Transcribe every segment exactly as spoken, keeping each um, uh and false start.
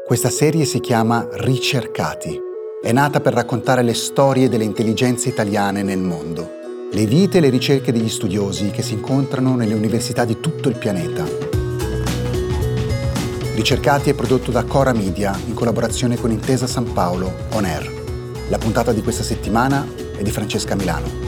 Questa serie si chiama Ricercati. È nata per raccontare le storie delle intelligenze italiane nel mondo, le vite e le ricerche degli studiosi che si incontrano nelle università di tutto il pianeta. Ricercati è prodotto da Cora Media in collaborazione con Intesa San Paolo On Air. La puntata di questa settimana è di Francesca Milano.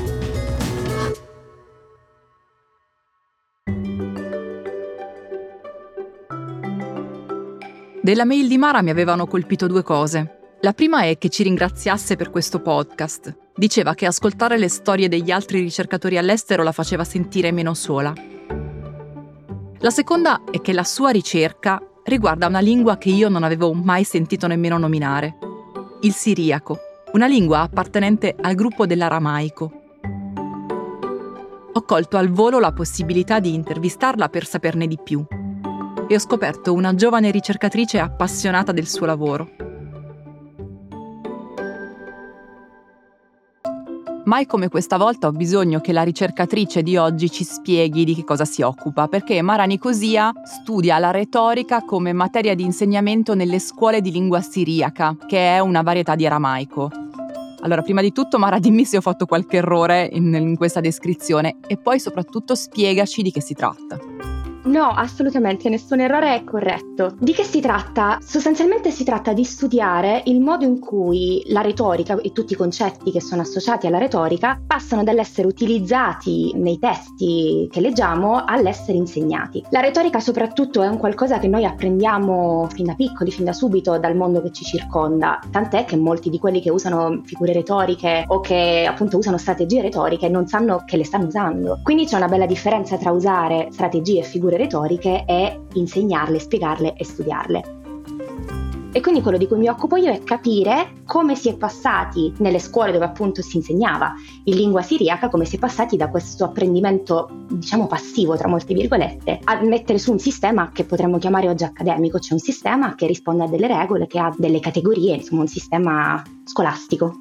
Della mail di Mara mi avevano colpito due cose. La prima è che ci ringraziasse per questo podcast. Diceva che ascoltare le storie degli altri ricercatori all'estero la faceva sentire meno sola. La seconda è che la sua ricerca riguarda una lingua che io non avevo mai sentito nemmeno nominare: il siriaco, una lingua appartenente al gruppo dell'aramaico. Ho colto al volo la possibilità di intervistarla per saperne di più. E ho scoperto una giovane ricercatrice appassionata del suo lavoro. Mai come questa volta ho bisogno che la ricercatrice di oggi ci spieghi di che cosa si occupa, perché Mara Nicosia studia la retorica come materia di insegnamento nelle scuole di lingua siriaca, che è una varietà di aramaico. Allora, prima di tutto, Mara, dimmi se ho fatto qualche errore in, in questa descrizione e poi soprattutto spiegaci di che si tratta. No, assolutamente, nessun errore è corretto. Di che si tratta? Sostanzialmente si tratta di studiare il modo in cui la retorica e tutti i concetti che sono associati alla retorica passano dall'essere utilizzati nei testi che leggiamo all'essere insegnati. La retorica soprattutto è un qualcosa che noi apprendiamo fin da piccoli, fin da subito dal mondo che ci circonda, tant'è che molti di quelli che usano figure retoriche o che appunto usano strategie retoriche non sanno che le stanno usando. Quindi c'è una bella differenza tra usare strategie e figure retoriche e insegnarle, spiegarle e studiarle. E quindi quello di cui mi occupo io è capire come si è passati nelle scuole dove appunto si insegnava in lingua siriaca, come si è passati da questo apprendimento, diciamo passivo tra molte virgolette, a mettere su un sistema che potremmo chiamare oggi accademico, cioè un sistema che risponde a delle regole, che ha delle categorie, insomma un sistema scolastico.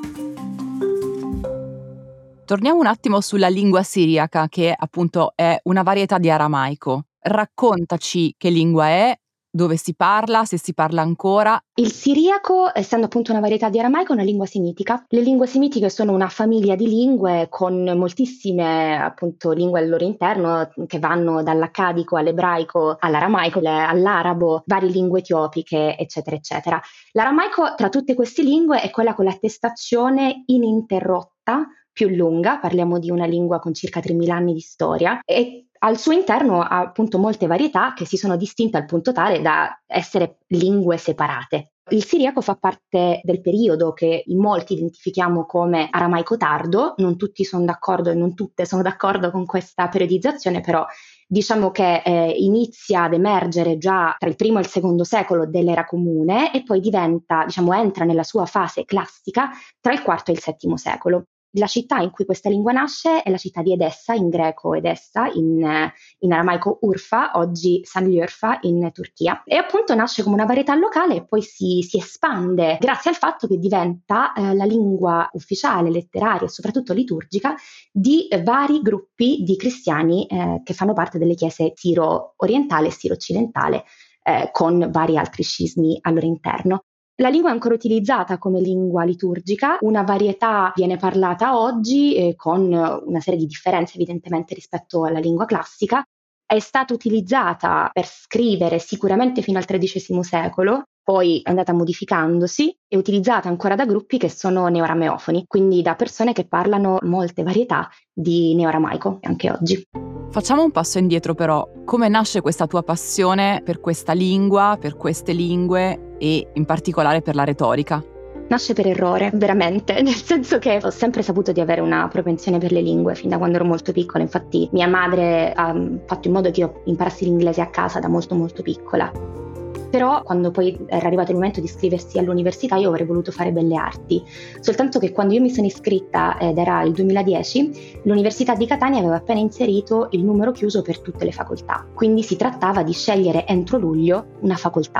Torniamo un attimo sulla lingua siriaca, che appunto è una varietà di aramaico. Raccontaci che lingua è, dove si parla, se si parla ancora. Il siriaco, essendo appunto una varietà di aramaico, è una lingua semitica. Le lingue semitiche sono una famiglia di lingue con moltissime appunto lingue al loro interno, che vanno dall'accadico all'ebraico, all'aramaico, all'arabo, varie lingue etiopiche, eccetera, eccetera. L'aramaico, tra tutte queste lingue, è quella con l'attestazione ininterrotta più lunga, parliamo di una lingua con circa tremila anni di storia, e al suo interno ha appunto molte varietà che si sono distinte al punto tale da essere lingue separate. Il siriaco fa parte del periodo che in molti identifichiamo come aramaico tardo, non tutti sono d'accordo e non tutte sono d'accordo con questa periodizzazione, però diciamo che eh, inizia ad emergere già tra il primo e il secondo secolo dell'era comune e poi diventa, diciamo, entra nella sua fase classica tra il quarto e il settimo secolo. La città in cui questa lingua nasce è la città di Edessa, in greco Edessa, in, in aramaico Urfa, oggi Sanliurfa in Turchia. E appunto nasce come una varietà locale e poi si, si espande grazie al fatto che diventa eh, la lingua ufficiale, letteraria e soprattutto liturgica di eh, vari gruppi di cristiani eh, che fanno parte delle chiese siro-orientale e siro-occidentale, eh, con vari altri scismi al loro interno. La lingua è ancora utilizzata come lingua liturgica, una varietà viene parlata oggi eh, con una serie di differenze evidentemente rispetto alla lingua classica. È stata utilizzata per scrivere sicuramente fino al tredicesimo secolo, poi è andata modificandosi e utilizzata ancora da gruppi che sono neoarameofoni, quindi da persone che parlano molte varietà di neoaramaico anche oggi. Facciamo un passo indietro però. Come nasce questa tua passione per questa lingua, per queste lingue e in particolare per la retorica? Nasce per errore, veramente, nel senso che ho sempre saputo di avere una propensione per le lingue fin da quando ero molto piccola. Infatti mia madre ha fatto in modo che io imparassi l'inglese a casa da molto molto piccola. Però quando poi era arrivato il momento di iscriversi all'università io avrei voluto fare belle arti, soltanto che quando io mi sono iscritta, ed era il duemiladieci, l'Università di Catania aveva appena inserito il numero chiuso per tutte le facoltà, quindi si trattava di scegliere entro luglio una facoltà.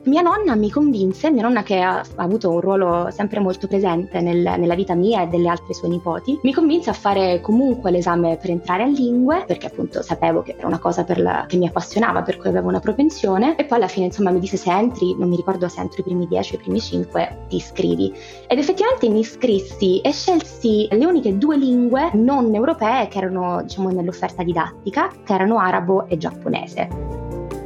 Mia nonna mi convinse, mia nonna che ha, ha avuto un ruolo sempre molto presente nel, nella vita mia e delle altre sue nipoti, mi convinse a fare comunque l'esame per entrare a lingue, perché appunto sapevo che era una cosa per la, che mi appassionava, per cui avevo una propensione, e poi alla fine insomma mi disse: se entri, non mi ricordo se entro i primi dieci o i primi cinque, ti iscrivi. Ed effettivamente mi iscrissi e scelsi le uniche due lingue non europee che erano, diciamo, nell'offerta didattica, che erano arabo e giapponese.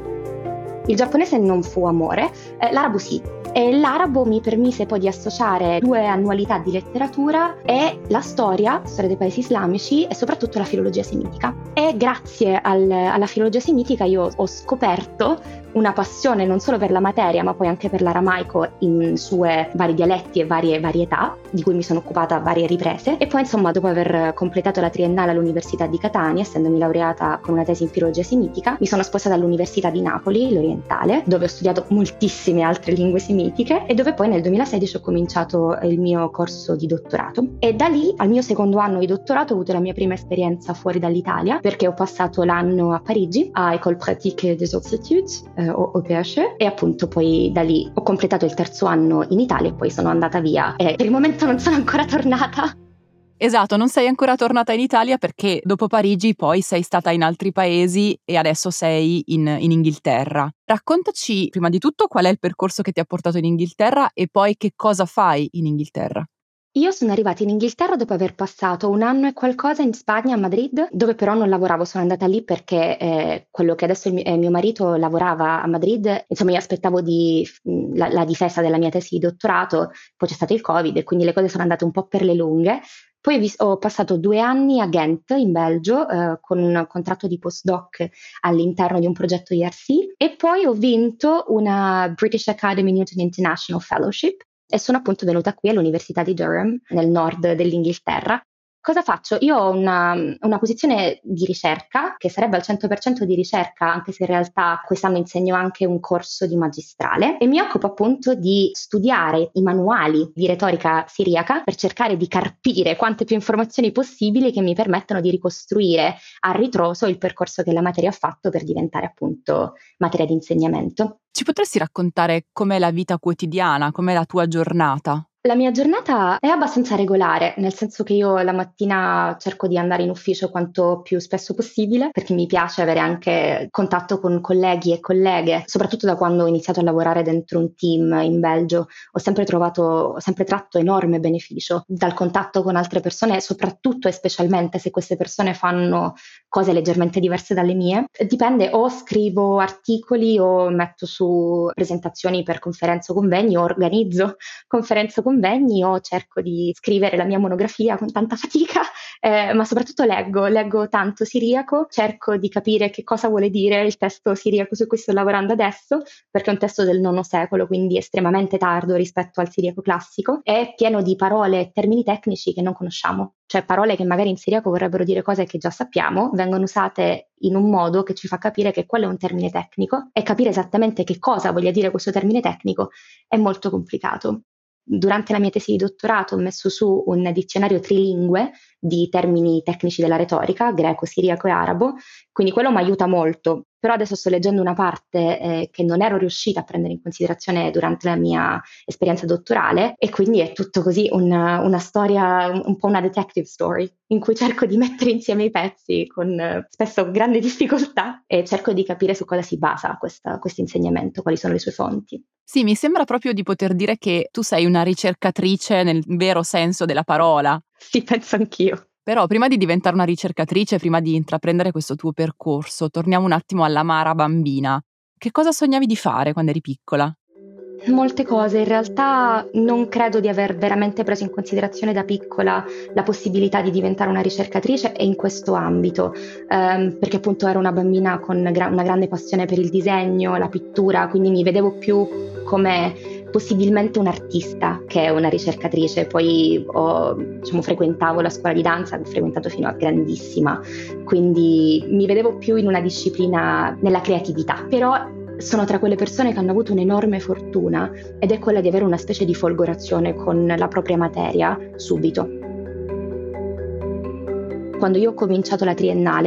Il giapponese non fu amore, eh, l'arabo sì. E l'arabo mi permise poi di associare due annualità di letteratura e la storia, storia dei paesi islamici e soprattutto la filologia semitica. E grazie al, alla filologia semitica io ho scoperto una passione non solo per la materia ma poi anche per l'aramaico in sue vari dialetti e varie varietà, di cui mi sono occupata a varie riprese. E poi insomma, dopo aver completato la triennale all'Università di Catania, essendomi laureata con una tesi in filologia semitica, mi sono spostata all'Università di Napoli, l'Orientale, dove ho studiato moltissime altre lingue semitiche e dove poi nel duemilasedici ho cominciato il mio corso di dottorato. E da lì, al mio secondo anno di dottorato, ho avuto la mia prima esperienza fuori dall'Italia, perché ho passato l'anno a Parigi, a École Pratique des Hautes Études, eh, o O P H, e appunto poi da lì ho completato il terzo anno in Italia e poi sono andata via e per il momento non sono ancora tornata. Esatto, non sei ancora tornata in Italia perché dopo Parigi poi sei stata in altri paesi e adesso sei in, in Inghilterra. Raccontaci prima di tutto qual è il percorso che ti ha portato in Inghilterra e poi che cosa fai in Inghilterra. Io sono arrivata in Inghilterra dopo aver passato un anno e qualcosa in Spagna, a Madrid, dove però non lavoravo. Sono andata lì perché eh, quello che adesso è mio, è mio marito lavorava a Madrid. Insomma, io aspettavo di, la, la difesa della mia tesi di dottorato, poi c'è stato il Covid e quindi le cose sono andate un po' per le lunghe. Poi ho passato due anni a Ghent, in Belgio, eh, con un contratto di postdoc all'interno di un progetto I R C, e poi ho vinto una British Academy Newton International Fellowship e sono appunto venuta qui all'Università di Durham, nel nord dell'Inghilterra. Cosa faccio? Io ho una, una posizione di ricerca, che sarebbe al cento per cento di ricerca, anche se in realtà quest'anno insegno anche un corso di magistrale, e mi occupo appunto di studiare i manuali di retorica siriaca per cercare di carpire quante più informazioni possibili che mi permettano di ricostruire a ritroso il percorso che la materia ha fatto per diventare appunto materia di insegnamento. Ci potresti raccontare com'è la vita quotidiana, com'è la tua giornata? La mia giornata è abbastanza regolare, nel senso che io la mattina cerco di andare in ufficio quanto più spesso possibile, perché mi piace avere anche contatto con colleghi e colleghe, soprattutto da quando ho iniziato a lavorare dentro un team in Belgio. Ho sempre trovato, ho sempre tratto enorme beneficio dal contatto con altre persone, soprattutto e specialmente se queste persone fanno cose leggermente diverse dalle mie. Dipende, o scrivo articoli o metto su presentazioni per conferenze o convegni, o organizzo conferenze o convegni, o cerco di scrivere la mia monografia con tanta fatica, eh, ma soprattutto leggo, leggo tanto siriaco, cerco di capire che cosa vuole dire il testo siriaco su cui sto lavorando adesso, perché è un testo del nono secolo, quindi estremamente tardo rispetto al siriaco classico, è pieno di parole e termini tecnici che non conosciamo, cioè parole che magari in siriaco vorrebbero dire cose che già sappiamo, vengono usate in un modo che ci fa capire che quello è un termine tecnico, e capire esattamente che cosa voglia dire questo termine tecnico è molto complicato. Durante la mia tesi di dottorato ho messo su un dizionario trilingue di termini tecnici della retorica, greco, siriaco e arabo, quindi quello mi aiuta molto. Però adesso sto leggendo una parte eh, che non ero riuscita a prendere in considerazione durante la mia esperienza dottorale, e quindi è tutto così una, una storia, un, un po' una detective story, in cui cerco di mettere insieme i pezzi con eh, spesso grande difficoltà, e cerco di capire su cosa si basa questo insegnamento, quali sono le sue fonti. Sì, mi sembra proprio di poter dire che tu sei una ricercatrice nel vero senso della parola. Sì, penso anch'io. Però prima di diventare una ricercatrice, prima di intraprendere questo tuo percorso, torniamo un attimo all'amara bambina. Che cosa sognavi di fare quando eri piccola? Molte cose, in realtà non credo di aver veramente preso in considerazione da piccola la possibilità di diventare una ricercatrice e in questo ambito, ehm, perché appunto ero una bambina con gra- una grande passione per il disegno, la pittura, quindi mi vedevo più come possibilmente un'artista che è una ricercatrice. Poi ho, diciamo, frequentavo la scuola di danza, l'ho frequentato fino a grandissima, quindi mi vedevo più in una disciplina nella creatività, però sono tra quelle persone che hanno avuto un'enorme fortuna, ed è quella di avere una specie di folgorazione con la propria materia subito. Quando io ho cominciato la triennale ho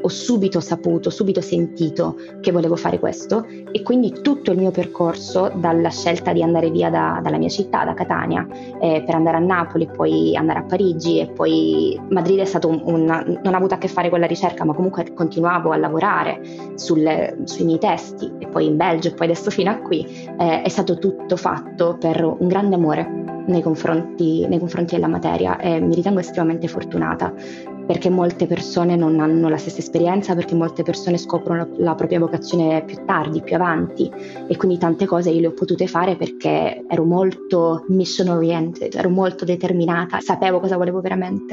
ho subito saputo, subito sentito che volevo fare questo, e quindi tutto il mio percorso, dalla scelta di andare via da, dalla mia città, da Catania, eh, per andare a Napoli, poi andare a Parigi e poi Madrid, è stato un, un, non ha avuto a che fare con la ricerca, ma comunque continuavo a lavorare sulle, sui miei testi, e poi in Belgio e poi adesso fino a qui, eh, è stato tutto fatto per un grande amore nei confronti, nei confronti della materia, e mi ritengo estremamente fortunata perché molte persone non hanno la stessa esperienza, perché molte persone scoprono la, la propria vocazione più tardi, più avanti, e quindi tante cose io le ho potute fare perché ero molto mission oriented, ero molto determinata, sapevo cosa volevo veramente.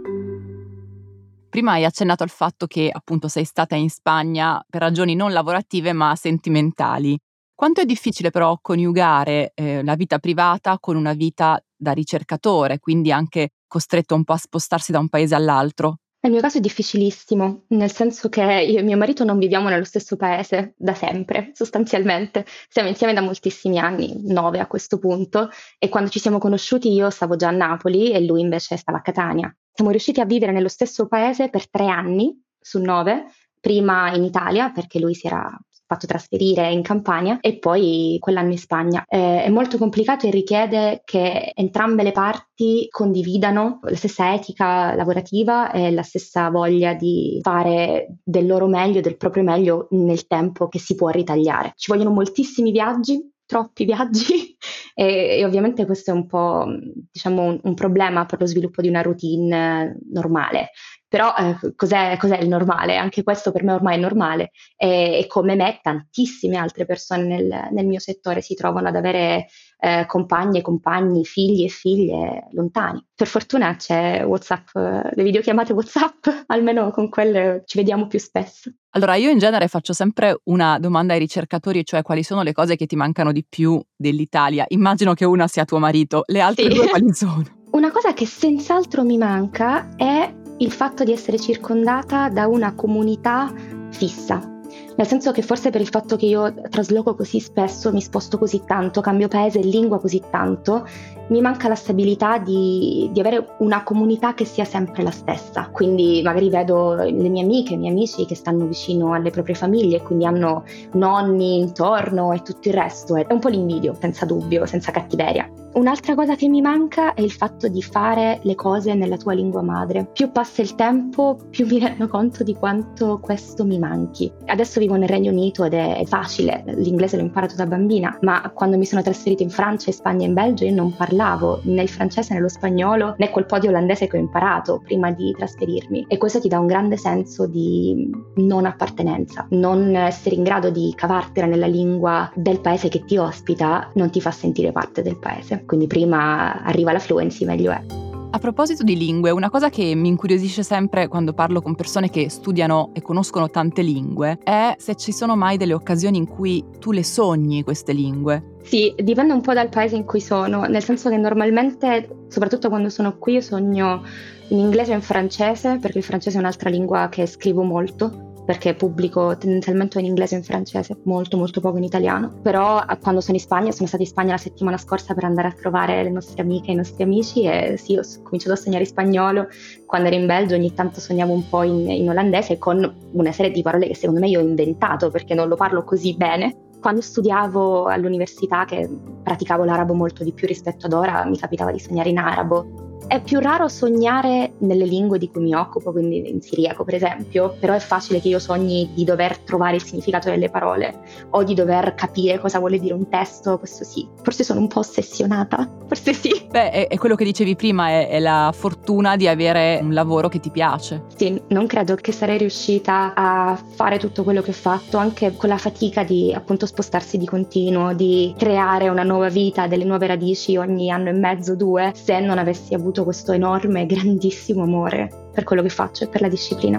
Prima hai accennato al fatto che appunto sei stata in Spagna per ragioni non lavorative ma sentimentali. Quanto è difficile però coniugare eh, la vita privata con una vita da ricercatore, quindi anche costretto un po' a spostarsi da un paese all'altro? Nel mio caso è difficilissimo, nel senso che io e mio marito non viviamo nello stesso paese da sempre, sostanzialmente. Siamo insieme da moltissimi anni, nove a questo punto, e quando ci siamo conosciuti io stavo già a Napoli e lui invece stava a Catania. Siamo riusciti a vivere nello stesso paese per tre anni su nove, prima in Italia perché lui si era fatto trasferire in Campania e poi quell'anno in Spagna. Eh, è molto complicato e richiede che entrambe le parti condividano la stessa etica lavorativa e la stessa voglia di fare del loro meglio, del proprio meglio nel tempo che si può ritagliare. Ci vogliono moltissimi viaggi, troppi viaggi e, e ovviamente questo è un po', diciamo, un, un problema per lo sviluppo di una routine normale. Però eh, cos'è, cos'è il normale? Anche questo per me ormai è normale, e, e come me tantissime altre persone nel, nel mio settore si trovano ad avere eh, compagne, compagni, figli e figlie lontani. Per fortuna c'è WhatsApp, le videochiamate WhatsApp, almeno con quelle ci vediamo più spesso. Allora, io in genere faccio sempre una domanda ai ricercatori, cioè quali sono le cose che ti mancano di più dell'Italia? Immagino che una sia tuo marito, le altre Sì. due quali sono? Una cosa che senz'altro mi manca è il fatto di essere circondata da una comunità fissa. Nel senso che forse per il fatto che io trasloco così spesso, mi sposto così tanto, cambio paese e lingua così tanto, mi manca la stabilità di, di avere una comunità che sia sempre la stessa. Quindi magari vedo le mie amiche, i miei amici che stanno vicino alle proprie famiglie, quindi hanno nonni intorno e tutto il resto. È un po' l'invidio, senza dubbio, senza cattiveria. Un'altra cosa che mi manca è il fatto di fare le cose nella tua lingua madre. Più passa il tempo, più mi rendo conto di quanto questo mi manchi. Adesso vivo nel Regno Unito ed è facile, l'inglese l'ho imparato da bambina, ma quando mi sono trasferita in Francia, in Spagna e in Belgio io non parlavo né il francese né lo spagnolo né quel po' di olandese che ho imparato prima di trasferirmi, e questo ti dà un grande senso di non appartenenza. Non essere in grado di cavartela nella lingua del paese che ti ospita non ti fa sentire parte del paese. Quindi prima arriva la fluency, meglio è. A proposito di lingue, una cosa che mi incuriosisce sempre quando parlo con persone che studiano e conoscono tante lingue è se ci sono mai delle occasioni in cui tu le sogni queste lingue. Sì, dipende un po' dal paese in cui sono, nel senso che normalmente, soprattutto quando sono qui, io sogno in inglese e in francese, perché il francese è un'altra lingua che scrivo molto, perché pubblico tendenzialmente in inglese e in francese, molto molto poco in italiano. Però quando sono in Spagna, sono stata in Spagna la settimana scorsa per andare a trovare le nostre amiche e i nostri amici, e sì, ho cominciato a sognare in spagnolo. Quando ero in Belgio ogni tanto sognavo un po' in, in olandese, con una serie di parole che secondo me io ho inventato perché non lo parlo così bene. Quando studiavo all'università, che praticavo l'arabo molto di più rispetto ad ora, mi capitava di sognare in arabo. È più raro sognare nelle lingue di cui mi occupo, quindi in siriaco per esempio, però è facile che io sogni di dover trovare il significato delle parole o di dover capire cosa vuole dire un testo, questo sì. Forse sono un po' ossessionata, forse sì. Beh, è, è quello che dicevi prima, è, è la fortuna di avere un lavoro che ti piace. Sì, non credo che sarei riuscita a fare tutto quello che ho fatto, anche con la fatica di appunto spostarsi di continuo, di creare una nuova vita, delle nuove radici ogni anno e mezzo, due, se non avessi avuto questo enorme, grandissimo amore per quello che faccio e per la disciplina.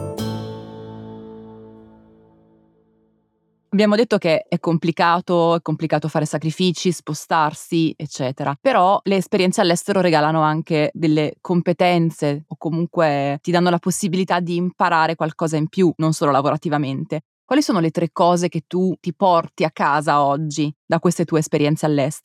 Abbiamo detto che è complicato, è complicato fare sacrifici, spostarsi, eccetera. Però le esperienze all'estero regalano anche delle competenze o comunque ti danno la possibilità di imparare qualcosa in più, non solo lavorativamente. Quali sono le tre cose che tu ti porti a casa oggi da queste tue esperienze all'estero?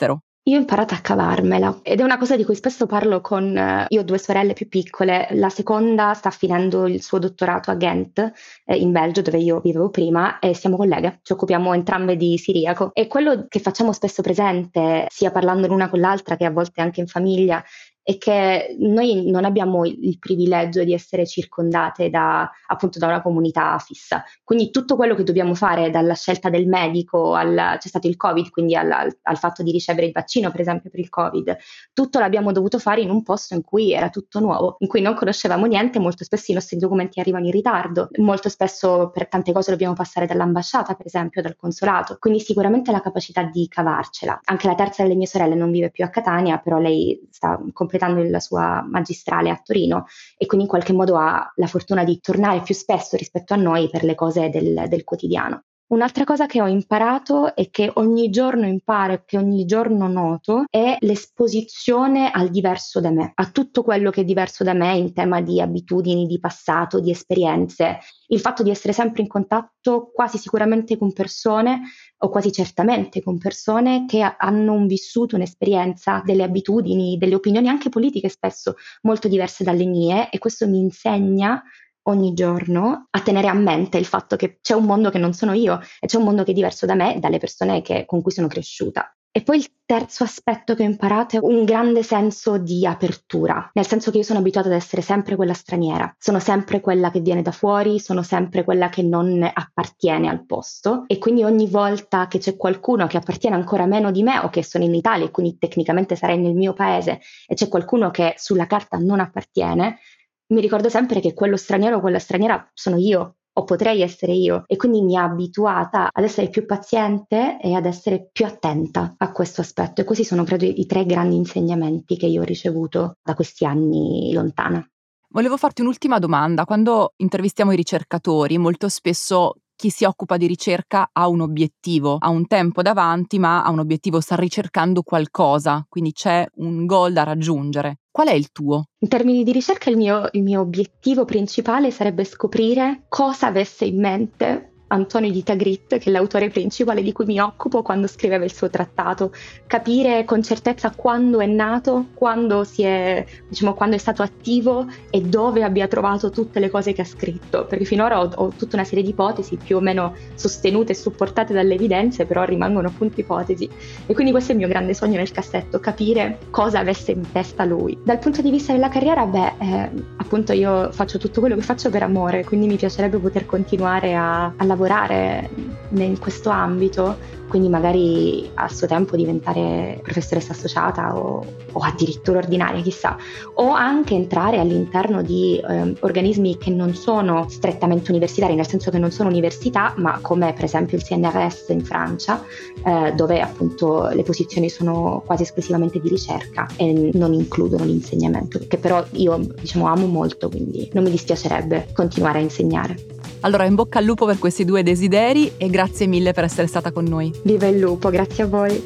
Io ho imparato a cavarmela ed è una cosa di cui spesso parlo con... eh, io ho due sorelle più piccole, la seconda sta finendo il suo dottorato a Ghent, eh, in Belgio, dove io vivevo prima, e siamo colleghe, ci occupiamo entrambe di siriaco. E quello che facciamo spesso presente, sia parlando l'una con l'altra che a volte anche in famiglia, è che noi non abbiamo il il privilegio di essere circondate da, appunto, da una comunità fissa. Quindi tutto quello che dobbiamo fare, dalla scelta del medico, al, c'è stato il Covid, quindi al, al- al fatto di ricevere il vaccino, per esempio, per il Covid, tutto l'abbiamo dovuto fare in un posto in cui era tutto nuovo, in cui non conoscevamo niente, molto spesso i nostri documenti arrivano in ritardo, molto spesso per tante cose dobbiamo passare dall'ambasciata, per esempio, dal consolato. Quindi sicuramente la capacità di cavarcela. Anche la terza delle mie sorelle non vive più a Catania, però lei sta completando la sua magistrale a Torino e quindi in qualche modo ha la fortuna di tornare più spesso rispetto a noi per le cose del, del quotidiano. Un'altra cosa che ho imparato e che ogni giorno imparo e che ogni giorno noto è l'esposizione al diverso da me, a tutto quello che è diverso da me in tema di abitudini, di passato, di esperienze. Il fatto di essere sempre in contatto quasi sicuramente con persone o quasi certamente con persone che ha- hanno un vissuto, un'esperienza, delle abitudini, delle opinioni anche politiche spesso molto diverse dalle mie, e questo mi insegna ogni giorno a tenere a mente il fatto che c'è un mondo che non sono io e c'è un mondo che è diverso da me, dalle persone che- con cui sono cresciuta. E poi il terzo aspetto che ho imparato è un grande senso di apertura, nel senso che io sono abituata ad essere sempre quella straniera, sono sempre quella che viene da fuori, sono sempre quella che non appartiene al posto, e quindi ogni volta che c'è qualcuno che appartiene ancora meno di me o che sono in Italia e quindi tecnicamente sarei nel mio paese e c'è qualcuno che sulla carta non appartiene, mi ricordo sempre che quello straniero o quella straniera sono io, o potrei essere io, e quindi mi ha abituata ad essere più paziente e ad essere più attenta a questo aspetto. E questi sono, credo, i i tre grandi insegnamenti che io ho ricevuto da questi anni lontana. Volevo farti un'ultima domanda. Quando intervistiamo i ricercatori, molto spesso chi si occupa di ricerca ha un obiettivo, ha un tempo davanti, ma ha un obiettivo, sta ricercando qualcosa, quindi c'è un goal da raggiungere. Qual è il tuo? In termini di ricerca, il mio, il mio obiettivo principale sarebbe scoprire cosa avesse in mente Antonio di Tagrit, che è l'autore principale di cui mi occupo, quando scriveva il suo trattato, capire con certezza quando è nato, quando si è, diciamo, quando è stato attivo e dove abbia trovato tutte le cose che ha scritto, perché finora ho, ho tutta una serie di ipotesi più o meno sostenute e supportate dalle evidenze, però rimangono appunto ipotesi, e quindi questo è il mio grande sogno nel cassetto, capire cosa avesse in testa lui. Dal punto di vista della carriera, beh, eh, appunto io faccio tutto quello che faccio per amore, quindi mi piacerebbe poter continuare a, a lavorare in questo ambito, quindi magari a suo tempo diventare professoressa associata o, o addirittura ordinaria, chissà, o anche entrare all'interno di eh, organismi che non sono strettamente universitari, nel senso che non sono università, ma come per esempio il C N R S in Francia, eh, dove appunto le posizioni sono quasi esclusivamente di ricerca e non includono l'insegnamento, che però io, diciamo, amo molto, quindi non mi dispiacerebbe continuare a insegnare. Allora, in bocca al lupo per questi due desideri e grazie mille per essere stata con noi. Viva il lupo, grazie a voi.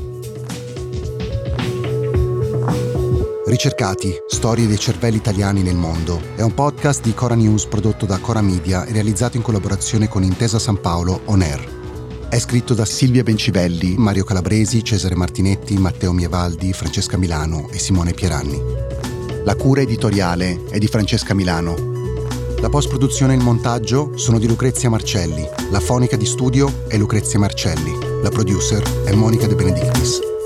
Ricercati, storie dei cervelli italiani nel mondo è un podcast di Cora News prodotto da Cora Media e realizzato in collaborazione con Intesa San Paolo On Air. È scritto da Silvia Bencivelli, Mario Calabresi, Cesare Martinetti, Matteo Mievaldi, Francesca Milano e Simone Pieranni. La cura editoriale è di Francesca Milano. La post-produzione e il montaggio sono di Lucrezia Marcelli. La fonica di studio è Lucrezia Marcelli. La producer è Monica De Benedictis.